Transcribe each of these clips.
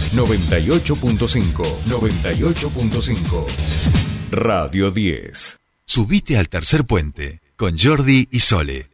98.5. 98.5. Radio 10. Subite al tercer puente con Jordi y Sole.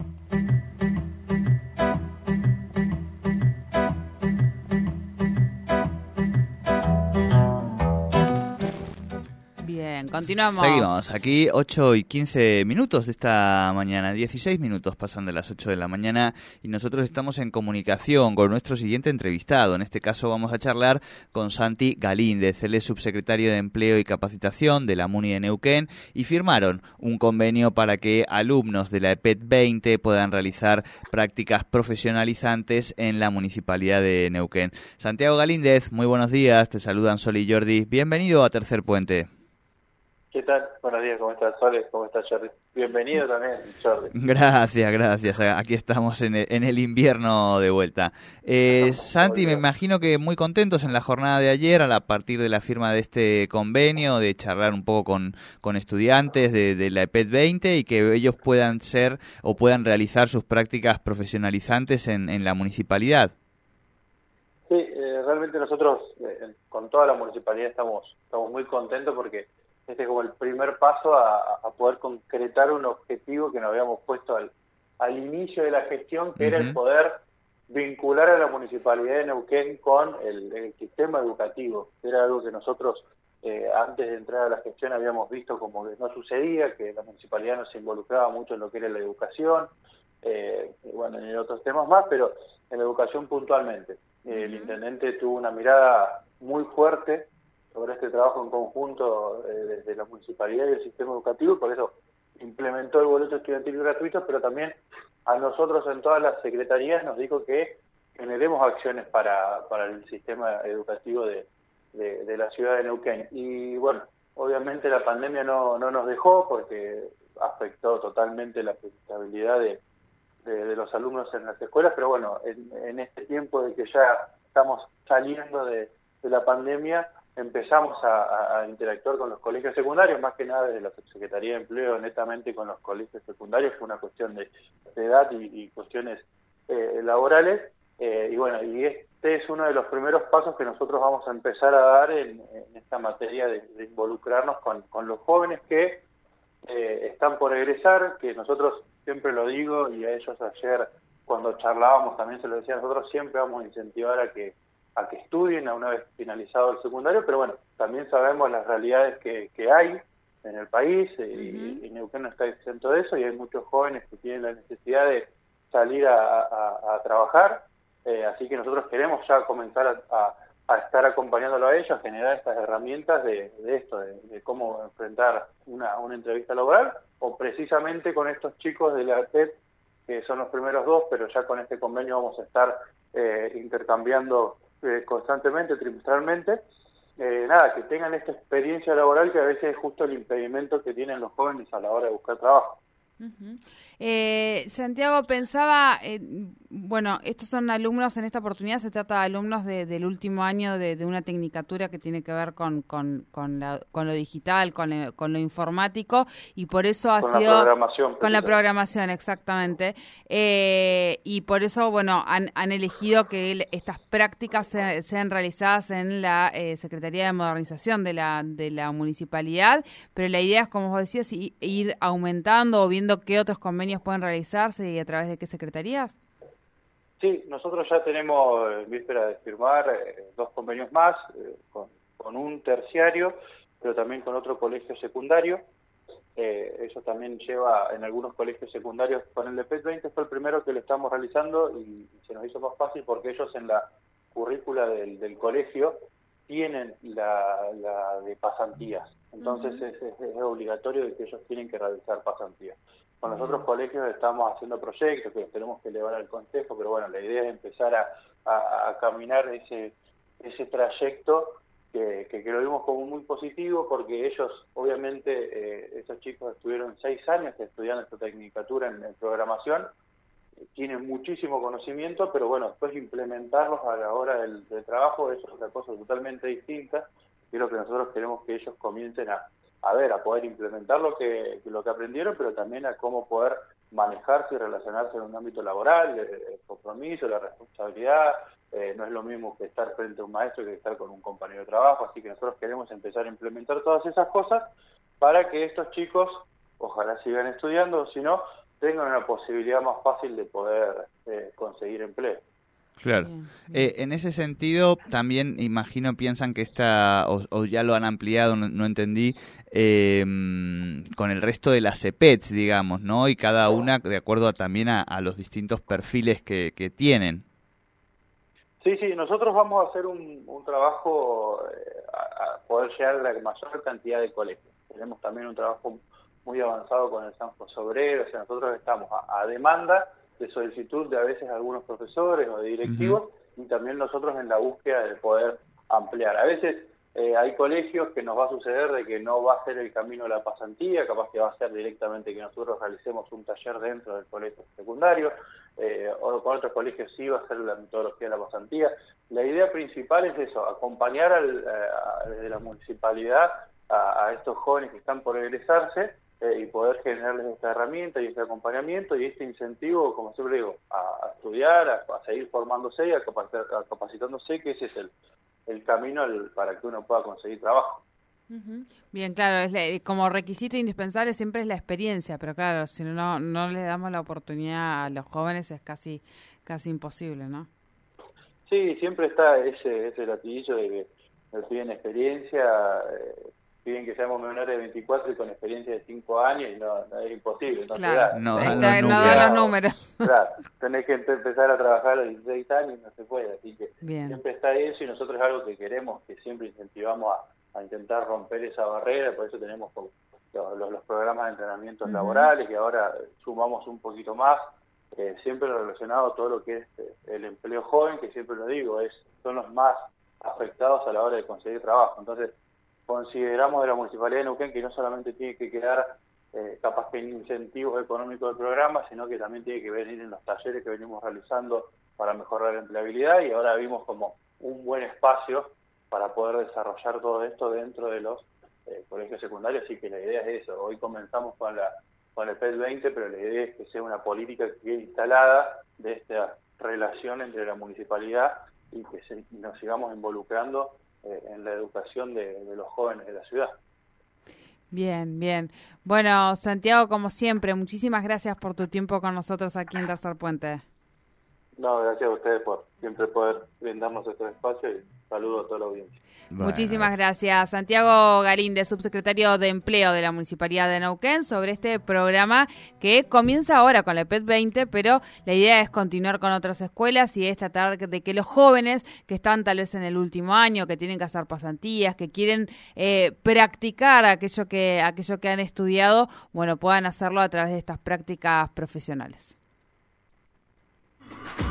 Continuamos. Seguimos, aquí 8 y 15 minutos de esta mañana, 16 minutos pasan de las 8 de la mañana y nosotros estamos en comunicación con nuestro siguiente entrevistado. En este caso vamos a charlar con Santi Galíndez, él es subsecretario de Empleo y Capacitación de la MUNI de Neuquén y firmaron un convenio para que alumnos de la EPET 20 puedan realizar prácticas profesionalizantes en la Municipalidad de Neuquén. Santiago Galíndez, muy buenos días, te saludan Sol y Jordi, bienvenido a Tercer Puente. ¿Qué tal? Buenos días, ¿cómo estás, Sole? ¿Cómo estás, Jordi? Bienvenido también, Jordi. Gracias. Aquí estamos en el invierno de vuelta. Santi, me imagino que muy contentos en la jornada de ayer, a partir de la firma de este convenio, de charlar un poco con estudiantes de la EPET 20 y que ellos puedan ser o puedan realizar sus prácticas profesionalizantes en la municipalidad. Sí, realmente nosotros con toda la municipalidad estamos muy contentos porque este es como el primer paso a poder concretar un objetivo que nos habíamos puesto al inicio de la gestión, que era el poder vincular a la Municipalidad de Neuquén con el sistema educativo. Era algo que nosotros, antes de entrar a la gestión, habíamos visto como que no sucedía, que la Municipalidad no se involucraba mucho en lo que era la educación, bueno, en otros temas más, pero en la educación puntualmente. El intendente tuvo una mirada muy fuerte sobre este trabajo en conjunto desde la municipalidad y el sistema educativo, por eso implementó el boleto estudiantil gratuito, pero también a nosotros en todas las secretarías nos dijo que generemos acciones para el sistema educativo de la ciudad de Neuquén. Y bueno, obviamente la pandemia no nos dejó porque afectó totalmente la estabilidad de los alumnos en las escuelas, pero bueno, en este tiempo de que ya estamos saliendo de la pandemia, empezamos a interactuar con los colegios secundarios, más que nada desde la Subsecretaría de Empleo, netamente con los colegios secundarios, fue una cuestión de edad y cuestiones laborales, y bueno, y este es uno de los primeros pasos que nosotros vamos a empezar a dar en esta materia de involucrarnos con los jóvenes que están por egresar, que nosotros, siempre lo digo, y a ellos ayer cuando charlábamos también se lo decía, nosotros siempre vamos a incentivar a que estudien una vez finalizado el secundario, pero bueno, también sabemos las realidades que hay en el país y Neuquén no está exento de eso y hay muchos jóvenes que tienen la necesidad de salir a trabajar, así que nosotros queremos ya comenzar a estar acompañándolo a ellos, a generar estas herramientas de esto, de cómo enfrentar una entrevista laboral, o precisamente con estos chicos de la EPET, que son los primeros dos, pero ya con este convenio vamos a estar intercambiando constantemente, trimestralmente, que tengan esta experiencia laboral que a veces es justo el impedimento que tienen los jóvenes a la hora de buscar trabajo. Santiago, pensaba, bueno, estos son alumnos, en esta oportunidad se trata de alumnos del último año de una tecnicatura que tiene que ver con lo digital, con lo informático, y por eso ha sido... la programación. Con la programación, exactamente. Y por eso, bueno, han elegido que estas prácticas sean realizadas en la Secretaría de Modernización de la Municipalidad, pero la idea es, como vos decías, ir aumentando o viendo qué otros convenios pueden realizarse y a través de qué secretarías. Sí, nosotros ya tenemos, en víspera de firmar, 2 convenios más, con un terciario, pero también con otro colegio secundario. Eso también lleva en algunos colegios secundarios, con el de EPET 20 fue el primero que lo estamos realizando y se nos hizo más fácil porque ellos en la currícula del colegio tienen la de pasantías. Entonces es obligatorio de que ellos tienen que realizar pasantías. Con los otros colegios estamos haciendo proyectos que los tenemos que elevar al consejo, pero bueno, la idea es empezar a caminar ese trayecto que lo vimos como muy positivo porque ellos, obviamente, esos chicos estuvieron 6 años estudiando esta tecnicatura en programación, tienen muchísimo conocimiento, pero bueno, después implementarlos a la hora del trabajo, eso es otra cosa totalmente distinta, y es lo que nosotros queremos que ellos comiencen a poder implementar lo que aprendieron, pero también a cómo poder manejarse y relacionarse en un ámbito laboral, el compromiso, la responsabilidad, no es lo mismo que estar frente a un maestro que estar con un compañero de trabajo, así que nosotros queremos empezar a implementar todas esas cosas para que estos chicos, ojalá sigan estudiando, o si no, tengan una posibilidad más fácil de poder conseguir empleo. Claro. En ese sentido, también imagino piensan que o ya lo han ampliado, no entendí, con el resto de las EPETs, digamos, ¿no? Y cada una de acuerdo también a los distintos perfiles que tienen. Sí, nosotros vamos a hacer un trabajo a poder llegar a la mayor cantidad de colegios. Tenemos también un trabajo muy avanzado con el San José Obrero, o sea, nosotros estamos a demanda de solicitud de a veces algunos profesores o de directivos, y también nosotros en la búsqueda de poder ampliar. A veces hay colegios que nos va a suceder de que no va a ser el camino de la pasantía, capaz que va a ser directamente que nosotros realicemos un taller dentro del colegio secundario, o con otros colegios sí va a ser la metodología de la pasantía. La idea principal es eso, acompañar desde la municipalidad a estos jóvenes que están por egresarse, y poder generarles esta herramienta y este acompañamiento y este incentivo, como siempre digo, a estudiar, a seguir formándose y a capacitándose, que ese es el camino para que uno pueda conseguir trabajo. Bien, claro, como requisito indispensable siempre es la experiencia, pero claro, si no les damos la oportunidad a los jóvenes es casi imposible, ¿no? Sí, siempre está ese latiguillo de que nos piden experiencia, piden que seamos menores de 24 y con experiencia de 5 años, y no es imposible, no claro, se da. No da los números. Claro, tenés que empezar a trabajar a los 16 años y no se puede, así que Bien. Siempre está eso, y nosotros es algo que queremos, que siempre incentivamos a intentar romper esa barrera, por eso tenemos los programas de entrenamientos laborales, que ahora sumamos un poquito más, siempre relacionado a todo lo que es el empleo joven, que siempre lo digo, son los más afectados a la hora de conseguir trabajo. Entonces, consideramos de la Municipalidad de Neuquén que no solamente tiene que quedar capaz que en incentivos económicos del programa, sino que también tiene que venir en los talleres que venimos realizando para mejorar la empleabilidad, y ahora vimos como un buen espacio para poder desarrollar todo esto dentro de los colegios secundarios, así que la idea es eso. Hoy comenzamos con el PET 20, pero la idea es que sea una política que quede instalada de esta relación entre la municipalidad y que nos sigamos involucrando en la educación de los jóvenes de la ciudad. Bien. Bueno, Santiago, como siempre, muchísimas gracias por tu tiempo con nosotros aquí en Tercer Puente. No, gracias a ustedes por siempre poder brindarnos estos espacios, y saludo a toda la audiencia. Bueno, muchísimas gracias. Santiago Galíndez, subsecretario de Empleo de la Municipalidad de Neuquén, sobre este programa que comienza ahora con la PET 20, pero la idea es continuar con otras escuelas y es tratar de que los jóvenes que están tal vez en el último año, que tienen que hacer pasantías, que quieren practicar aquello que han estudiado, bueno, puedan hacerlo a través de estas prácticas profesionales.